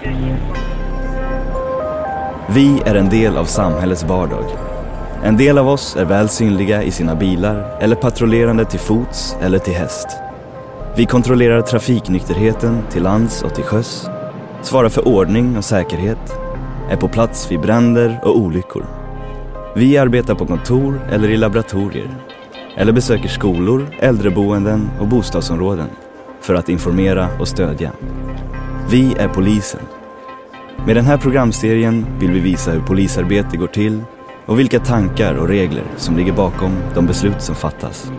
Vi är en del av samhällets vardag. En del av oss är väl synliga i sina bilar eller patrullerande till fots eller till häst. Vi kontrollerar trafiknykterheten till lands och till sjöss, svarar för ordning och säkerhet, är på plats vid bränder och olyckor. Vi arbetar på kontor eller i laboratorier, eller besöker skolor, äldreboenden och bostadsområden för att informera och stödja. Vi är polisen. Med den här programserien vill vi visa hur polisarbete går till och vilka tankar och regler som ligger bakom de beslut som fattas.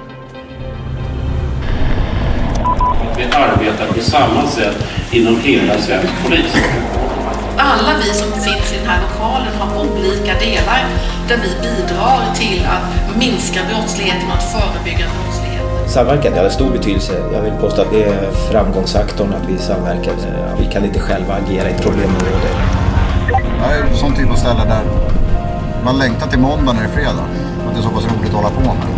Vi arbetar på samma sätt inom hela svensk polis. Alla vi som finns i den här lokalen har olika delar där vi bidrar till att minska brottsligheten och att förebygga brottsligheten. Samverkan har stor betydelse. Jag vill påstå att det är framgångsfaktorn att vi samverkar. Vi kan inte själva agera i problemområdet. Det är en sån typ av ställe där man längtar till måndag när det är fredag. Och det är så pass roligt att hålla på med.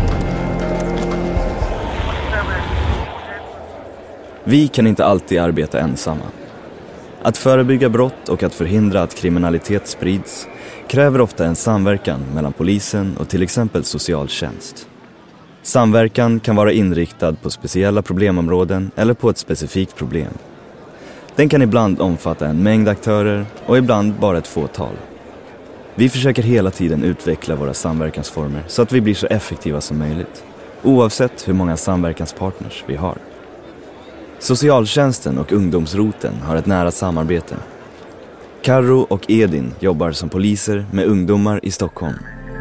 Vi kan inte alltid arbeta ensamma. Att förebygga brott och att förhindra att kriminalitet sprids kräver ofta en samverkan mellan polisen och till exempel socialtjänst. Samverkan kan vara inriktad på speciella problemområden eller på ett specifikt problem. Den kan ibland omfatta en mängd aktörer och ibland bara ett fåtal. Vi försöker hela tiden utveckla våra samverkansformer så att vi blir så effektiva som möjligt, oavsett hur många samverkanspartners vi har. Socialtjänsten och ungdomsroten har ett nära samarbete. Karo och Edin jobbar som poliser med ungdomar i Stockholm.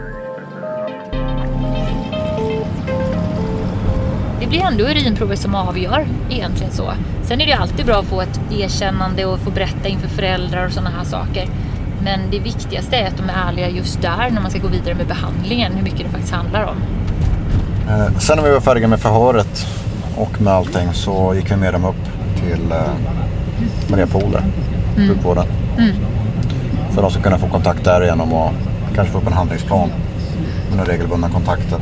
Det blir ändå urinprovet som avgör, egentligen så. Sen är det alltid bra att få ett erkännande och få berätta inför föräldrar och sådana här saker. Men det viktigaste är att de är ärliga just där när man ska gå vidare med behandlingen, hur mycket det faktiskt handlar om. Sen när vi var färdiga med förhöret och med allting så gick vi med dem upp till Maria Poler, sjukvården. För att de ska kunna få kontakt där igenom och kanske få upp en handlingsplan med några regelbundna kontakter.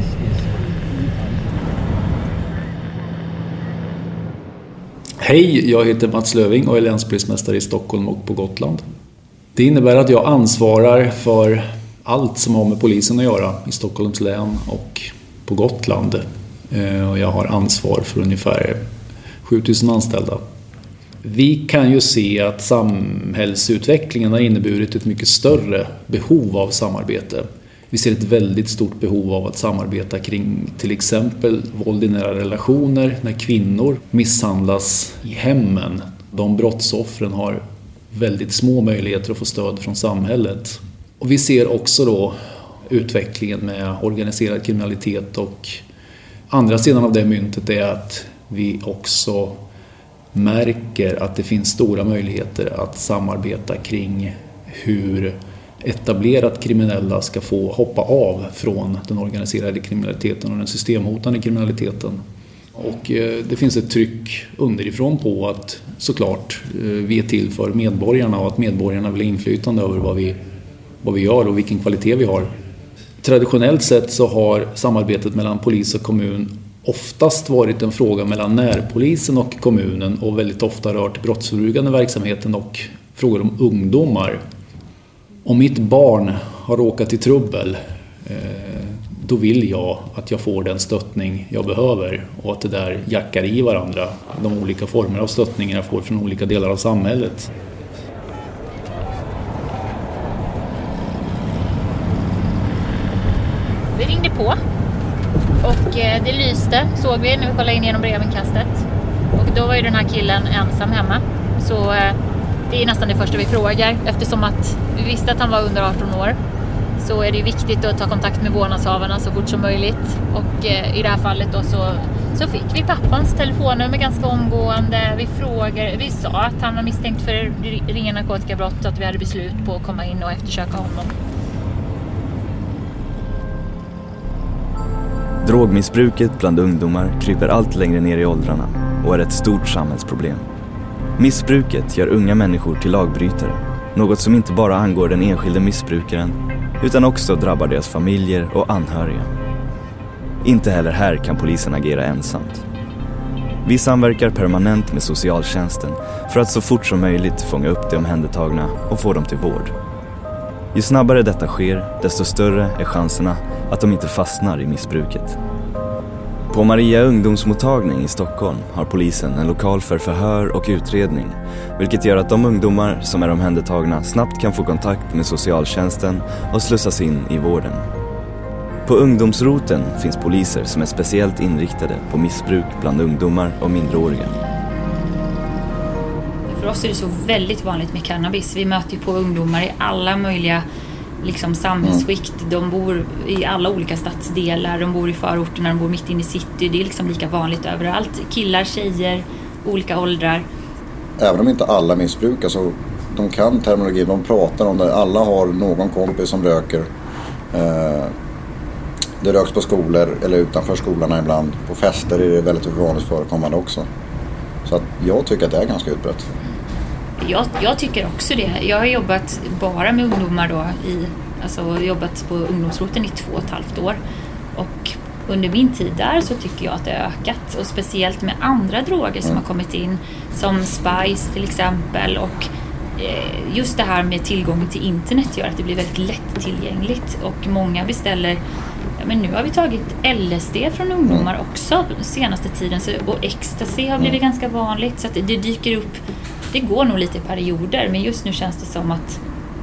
Hej, jag heter Mats Löving och är länspolismästare i Stockholm och på Gotland. Det innebär att jag ansvarar för allt som har med polisen att göra i Stockholms län och på Gotland. Och jag har ansvar för ungefär 7000 anställda. Vi kan ju se att samhällsutvecklingen har inneburit ett mycket större behov av samarbete. Vi ser ett väldigt stort behov av att samarbeta kring till exempel våld i nära relationer, när kvinnor misshandlas i hemmen. De brottsoffren har väldigt små möjligheter att få stöd från samhället. Och vi ser också då utvecklingen med organiserad kriminalitet, och andra sidan av det myntet är att vi också märker att det finns stora möjligheter att samarbeta kring hur etablerat kriminella ska få hoppa av från den organiserade kriminaliteten och den systemhotande kriminaliteten. Och det finns ett tryck underifrån på att såklart vi är till för medborgarna och att medborgarna vill ha inflytande över vad vi gör och vilken kvalitet vi har. Traditionellt sett så har samarbetet mellan polis och kommun oftast varit en fråga mellan närpolisen och kommunen och väldigt ofta rört brottsförebyggande verksamheten och frågor om ungdomar. Om mitt barn har råkat i trubbel, då vill jag att jag får den stöttning jag behöver och att det där jackar i varandra. De olika former av stöttningar jag får från olika delar av samhället. Vi ringde på och det lyste, såg vi när vi kollade in genom brevinkastet. Och då var ju den här killen ensam hemma. Så det är nästan det första vi frågar. Eftersom att vi visste att han var under 18 år så är det viktigt att ta kontakt med vårdnadshavarna så fort som möjligt. Och i det här fallet då så fick vi pappans telefonnummer ganska omgående. Vi sa att han var misstänkt för ringa narkotikabrott och att vi hade beslut på att komma in och eftersöka honom. Drogmissbruket bland ungdomar kryper allt längre ner i åldrarna och är ett stort samhällsproblem. Missbruket gör unga människor till lagbrytare, något som inte bara angår den enskilde missbrukaren utan också drabbar deras familjer och anhöriga. Inte heller här kan polisen agera ensamt. Vi samverkar permanent med socialtjänsten för att så fort som möjligt fånga upp de omhändertagna och få dem till vård. Ju snabbare detta sker, desto större är chanserna att de inte fastnar i missbruket. På Maria ungdomsmottagning i Stockholm har polisen en lokal för förhör och utredning, vilket gör att de ungdomar som är omhändertagna snabbt kan få kontakt med socialtjänsten och slussas in i vården. På ungdomsroten finns poliser som är speciellt inriktade på missbruk bland ungdomar och minderåriga. För oss är det så väldigt vanligt med cannabis. Vi möter ju på ungdomar i alla möjliga samhällsskikt. De bor i alla olika stadsdelar, de bor i förorterna, de bor mitt inne i city. Det är lika vanligt överallt. Killar, tjejer, olika åldrar. Även om inte alla missbrukar så de kan terminologi, de pratar om det. Alla har någon kompis som röker. Det röks på skolor eller utanför skolorna ibland. På fester är det väldigt vanligt förekommande också. Så att jag tycker att det är ganska utbrett. Jag tycker också det. Jag har jobbat bara med ungdomar då jobbat på ungdomsroten i 2,5 år. Och under min tid där så tycker jag att det har ökat. Och speciellt med andra droger som har kommit in. Som Spice till exempel. Och just det här med tillgången till internet gör att det blir väldigt lättillgängligt. Och många beställer. Men nu har vi tagit LSD från ungdomar också senaste tiden. Och ecstasy har blivit ganska vanligt. Så att det dyker upp. Det går nog lite i perioder. Men just nu känns det som att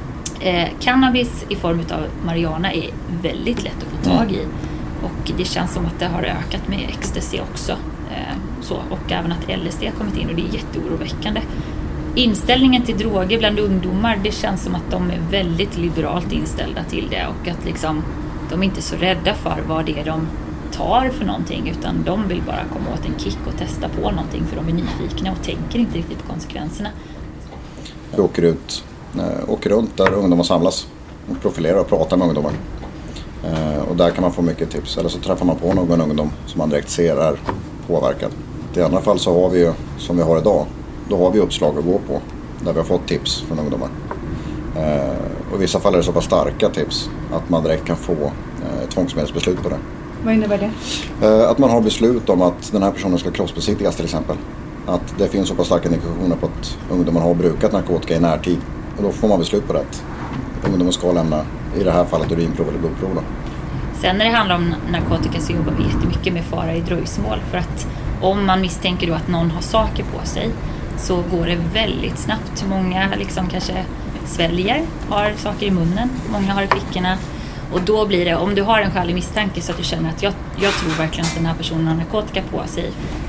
cannabis i form av marijuana är väldigt lätt att få tag i. Och det känns som att det har ökat med ecstasy också. Och även att LSD har kommit in. Och det är jätteoroväckande. Inställningen till droger bland ungdomar. Det känns som att de är väldigt liberalt inställda till det. Och att de är inte så rädda för vad det är de tar för någonting, utan de vill bara komma åt en kick och testa på någonting för de är nyfikna och tänker inte riktigt på konsekvenserna. Vi åker runt där ungdomar samlas och profilerar och pratar med ungdomar. Och där kan man få mycket tips. Eller så träffar man på någon ungdom som man direkt ser är påverkad. I andra fall så har vi ju, som vi har idag, då har vi uppslag att gå på där vi har fått tips från ungdomar. Och i vissa fall är det så pass starka tips att man direkt kan få tvångsmedelsbeslut på det. Vad innebär det? Att man har beslut om att den här personen ska kroppsbesiktigas till exempel. Att det finns så pass starka indikationer på att ungdomar har brukat narkotika i närtid. Och då får man beslut på det. Ungdomen ska lämna, i det här fallet, urinprov eller blodprov. Då. Sen när det handlar om narkotika så jobbar vi jättemycket med fara i dröjsmål. För att om man misstänker då att någon har saker på sig så går det väldigt snabbt. Många kanske sväljer, har saker i munnen. Många har i fickorna. Och då blir det, om du har en skälig misstanke så att du känner att jag tror verkligen att den här personen har narkotika på sig.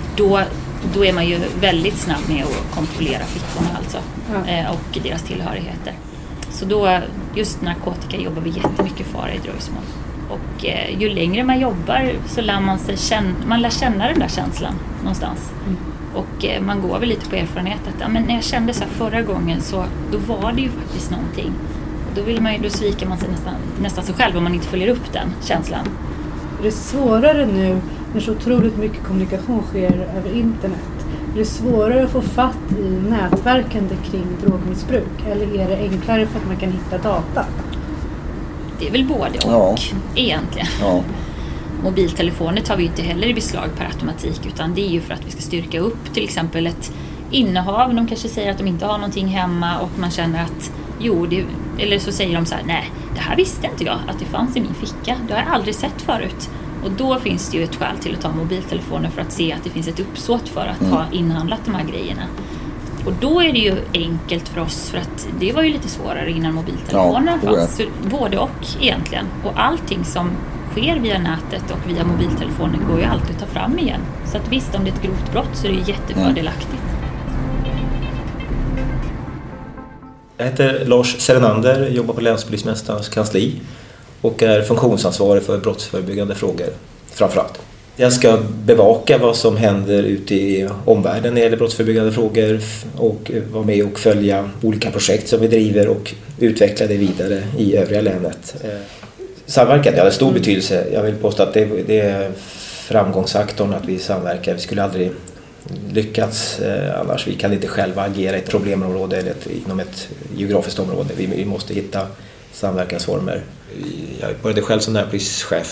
Då är man ju väldigt snabb med att kontrollera fickorna och deras tillhörigheter. Så då, just narkotika jobbar vi jättemycket fara i dröjsmål. Och ju längre man jobbar så lär man lär känna den där känslan någonstans. Och man går väl lite på erfarenhet att men när jag kände så här förra gången så då var det ju faktiskt någonting. Och då sviker man sig nästan sig själv om man inte följer upp den känslan. Det är svårare nu när så otroligt mycket kommunikation sker över internet. Det är svårare att få fatt i nätverkande kring drogmissbruk. Eller är det enklare för att man kan hitta data? Det är väl både och egentligen. Ja. Mobiltelefoner tar vi inte heller i beslag per automatik, utan det är ju för att vi ska styrka upp till exempel ett innehav. De kanske säger att de inte har någonting hemma och man känner att eller så säger de så här: nej, det här visste inte jag att det fanns i min ficka. Det har jag aldrig sett förut. Och då finns det ju ett skäl till att ta mobiltelefoner för att se att det finns ett uppsåt för att ha inhandlat de här grejerna. Och då är det ju enkelt för oss, för att det var ju lite svårare innan mobiltelefonerna fanns. Både och egentligen. Och allting som sker via nätet och via mobiltelefonen går ju alltid att ta fram igen. Så att visst, om det är ett grovt brott så är det ju jättefördelaktigt. Jag heter Lars Serenander, jobbar på länspolismästarens kansli och är funktionsansvarig för brottsförebyggande frågor framförallt. Jag ska bevaka vad som händer ute i omvärlden när det gäller brottsförebyggande frågor och vara med och följa olika projekt som vi driver och utveckla det vidare i övriga länet. Samverkan, det har stor betydelse. Jag vill påstå att det är framgångsfaktorn att vi samverkar. Vi skulle aldrig lyckats annars. Vi kan inte själva agera i ett problemområde eller inom ett geografiskt område. Vi måste hitta samverkansformer. Jag började själv som närpolischef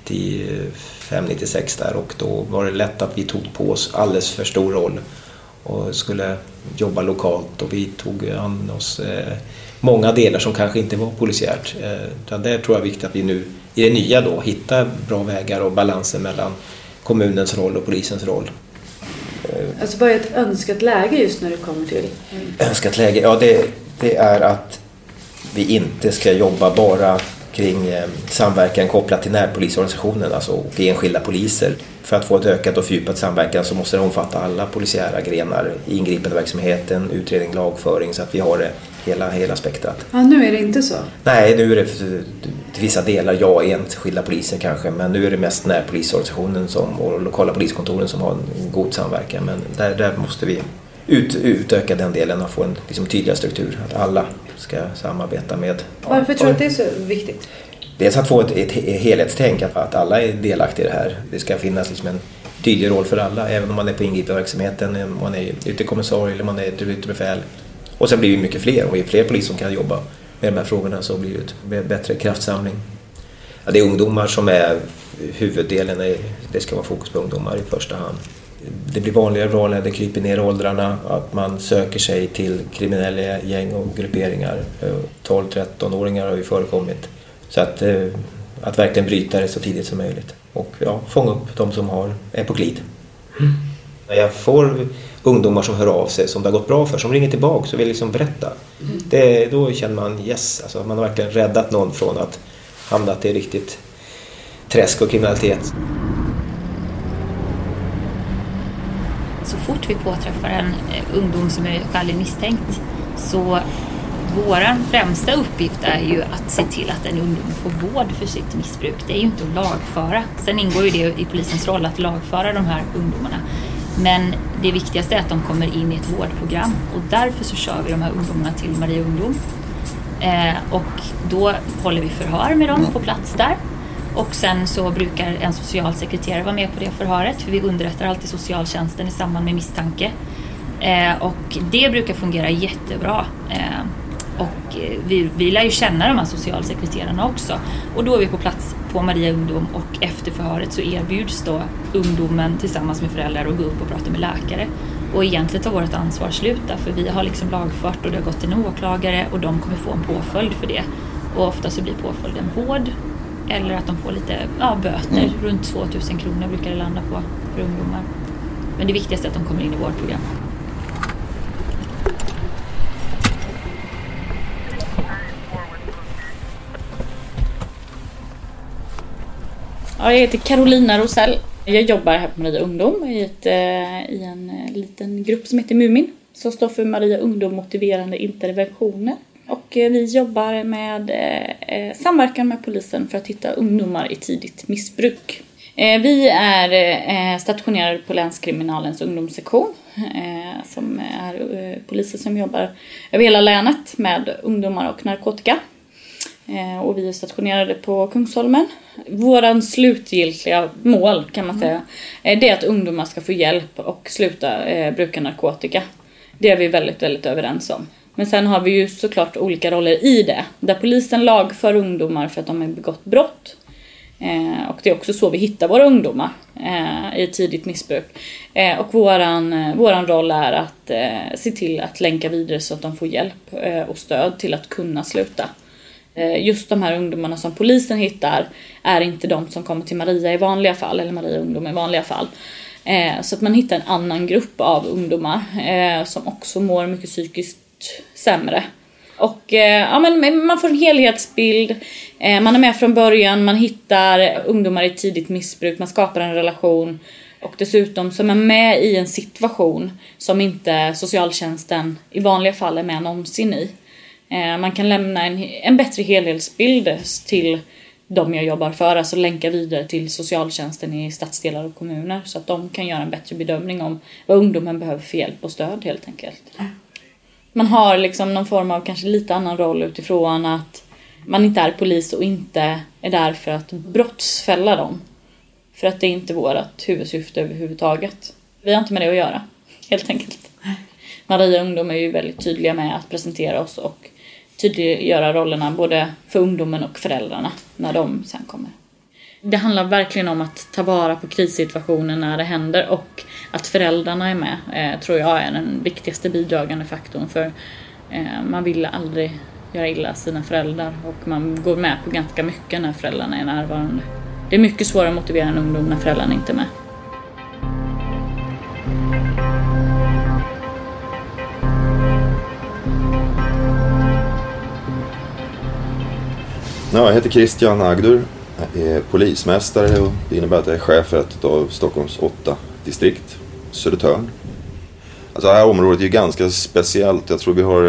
95-96 där, och då var det lätt att vi tog på oss alldeles för stor roll och skulle jobba lokalt, och vi tog an oss många delar som kanske inte var polisiärt. Där tror jag är viktigt att vi nu i det nya då hittar bra vägar och balansen mellan kommunens roll och polisens roll. Alltså vad är ett önskat läge just när det kommer till? Önskat läge? Ja, det är att vi inte ska jobba bara kring samverkan kopplat till närpolisorganisationen, alltså och enskilda poliser. För att få ett ökat och fördjupat samverkan så måste det omfatta alla polisiära grenar, ingripande verksamheten, utredning, lagföring, så att vi har det hela spektrat. Ja, nu är det inte så? Nej, nu är det till vissa delar enskilda poliser kanske, men nu är det mest närpolisorganisationen och lokala poliskontoren som har en god samverkan. Men där måste vi utöka den delen och få en tydligare struktur, att alla ska samarbeta med. Varför tror du att det är så viktigt? Dels att få ett helhetstänk, att alla är delaktiga i det här. Det ska finnas en tydlig roll för alla, även om man är på ingriparverksamheten, om man är ytterkommissarie eller man är ytterbefäl. Och sen blir vi mycket fler, och vi är fler poliser som kan jobba med de här frågorna, så blir det en bättre kraftsamling. Ja, det är ungdomar som är huvuddelen, det ska vara fokus på ungdomar i första hand. Det blir vanligare det kryper ner i åldrarna, att man söker sig till kriminella gäng och grupperingar. 12-13-åringar har ju förekommit. Så att verkligen bryta det så tidigt som möjligt. Och fånga upp de som är på glid. När jag får ungdomar som hör av sig, som det har gått bra för, som ringer tillbaka och vill berätta. Då känner man alltså man har verkligen räddat någon från att hamna till riktigt träsk och kriminalitet. Så fort vi påträffar en ungdom som är skäligen misstänkt, så vår främsta uppgift är ju att se till att en ungdom får vård för sitt missbruk. Det är ju inte att lagföra. Sen ingår ju det i polisens roll att lagföra de här ungdomarna. Men det viktigaste är att de kommer in i ett vårdprogram, och därför så kör vi de här ungdomarna till Maria Ungdom. Och då håller vi förhör med dem på plats där. Och sen så brukar en socialsekreterare vara med på det förhöret, för vi underrättar alltid socialtjänsten i samband med misstanke. Och det brukar fungera jättebra. Och vi lär ju känna de här socialsekreterarna också. Och då är vi på plats på Maria Ungdom, och efter förhöret så erbjuds då ungdomen tillsammans med föräldrar att gå upp och prata med läkare. Och egentligen tar vårt ansvar sluta, för vi har lagfört och det har gått till en åklagare, och de kommer få en påföljd för det. Och ofta så blir påföljden vård, eller att de får lite böter. Runt 2000 kronor brukar det landa på för ungdomar. Men det viktigaste är att de kommer in i vårdprogram. Ja, jag heter Carolina Rosell. Jag jobbar här på Maria Ungdom i en liten grupp som heter Mumin, som står för Maria Ungdom motiverande interventioner. Och vi jobbar med samverkan med polisen för att hitta ungdomar i tidigt missbruk. Vi är stationerade på länskriminalens ungdomssektion, som är poliser som jobbar över hela länet med ungdomar och narkotika. Och vi är stationerade på Kungsholmen. Våran slutgiltiga mål, kan man säga, det är att ungdomar ska få hjälp och sluta bruka narkotika. Det är vi väldigt, väldigt överens om. Men sen har vi ju såklart olika roller i det. Där polisen lagför ungdomar för att de har begått brott. Och det är också så vi hittar våra ungdomar i tidigt missbruk. Och våran roll är att se till att länka vidare så att de får hjälp och stöd till att kunna sluta. Just de här ungdomarna som polisen hittar är inte de som kommer till Maria i vanliga fall, eller Maria Ungdom i vanliga fall. Så att man hittar en annan grupp av ungdomar som också mår mycket psykiskt sämre. Och men man får en helhetsbild, man är med från början, man hittar ungdomar i tidigt missbruk, man skapar en relation, och dessutom så är man med i en situation som inte socialtjänsten i vanliga fall är med någonsin i. Man kan lämna en bättre helhetsbild till de jag jobbar för, alltså länka vidare till socialtjänsten i stadsdelar och kommuner, så att de kan göra en bättre bedömning om vad ungdomen behöver för hjälp och stöd helt enkelt. Man har någon form av kanske lite annan roll utifrån att man inte är polis och inte är där för att brottsfälla dem. För att det är inte vårt huvudsyfte överhuvudtaget. Vi har inte med det att göra, helt enkelt. Maria Ungdom är ju väldigt tydliga med att presentera oss och tydliggöra rollerna både för ungdomen och föräldrarna när de sen kommer. Det handlar verkligen om att ta vara på krissituationen när det händer, och att föräldrarna är med tror jag är den viktigaste bidragande faktorn, för man vill aldrig göra illa sina föräldrar, och man går med på ganska mycket när föräldrarna är närvarande. Det är mycket svårare att motivera en ungdom när föräldrarna inte är med. Ja, jag heter Christian Agdur, jag är polismästare och det innebär att jag är chef för ett av Stockholms 8 distrikt, Södertörn. Alltså det här området är ju ganska speciellt. Jag tror vi har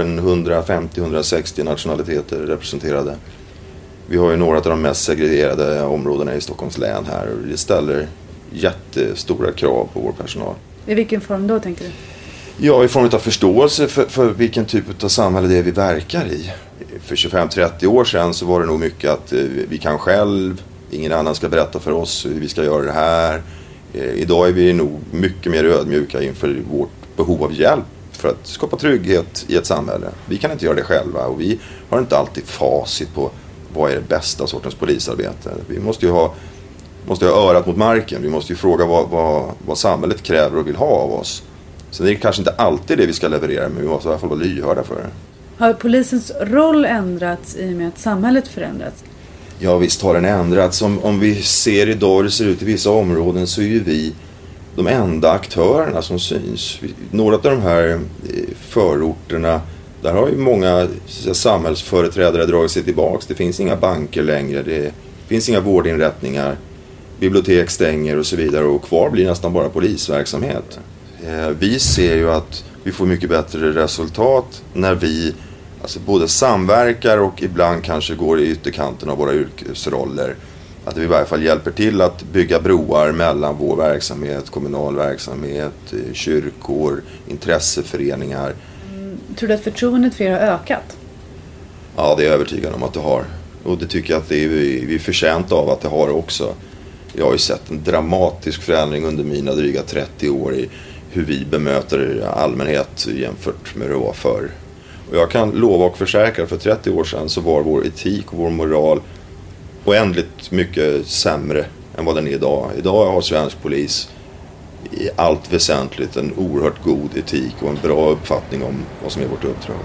150-160 nationaliteter representerade. Vi har ju några av de mest segregerade områdena i Stockholms län här, och det ställer jättestora krav på vår personal. I vilken form då, tänker du? Ja, i form av förståelse för vilken typ av samhälle det är vi verkar i. För 25-30 år sedan så var det nog mycket att vi kan själv, ingen annan ska berätta för oss hur vi ska göra det här. Idag är vi nog mycket mer ödmjuka inför vårt behov av hjälp för att skapa trygghet i ett samhälle. Vi kan inte göra det själva, och vi har inte alltid facit på vad är det bästa sortens polisarbete. Vi måste ju ha örat mot marken. Vi måste ju fråga vad samhället kräver och vill ha av oss. Sen är det kanske inte alltid det vi ska leverera, men vi måste i alla fall vara lyhörda för det. Har polisens roll ändrats i och med att samhället förändrats? Ja, visst har den ändrats. Om vi ser idag hur det ser ut i vissa områden, så är ju vi de enda aktörerna som syns. Några av de här förorterna, där har ju många samhällsföreträdare dragit sig tillbaka. Det finns inga banker längre, det finns inga vårdinrättningar, bibliotek stänger och så vidare, och kvar blir nästan bara polisverksamhet. Vi ser ju att vi får mycket bättre resultat när vi både samverkar och ibland kanske går i ytterkanten av våra yrkesroller. Att vi i varje fall hjälper till att bygga broar mellan vår verksamhet, kommunal verksamhet, kyrkor, intresseföreningar. Tror du att förtroendet för er har ökat? Ja, det är jag övertygad om att det har. Och det tycker jag att vi är förtjänt av att det har också. Jag har ju sett en dramatisk förändring under mina dryga 30 år i hur vi bemöter allmänhet jämfört med hur det var förr. Och jag kan lova och försäkra, för 30 år sedan så var vår etik och vår moral oändligt mycket sämre än vad den är idag. Idag har svensk polis i allt väsentligt en oerhört god etik och en bra uppfattning om vad som är vårt uppdrag.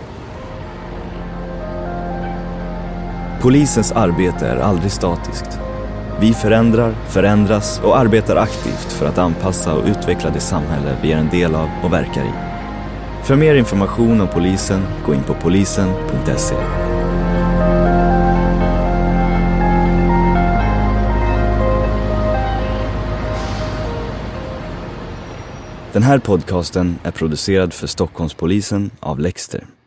Polisens arbete är aldrig statiskt. Vi förändras och arbetar aktivt för att anpassa och utveckla det samhälle vi är en del av och verkar i. För mer information om polisen, gå in på polisen.se. Den här podcasten är producerad för Stockholmspolisen av Lexter.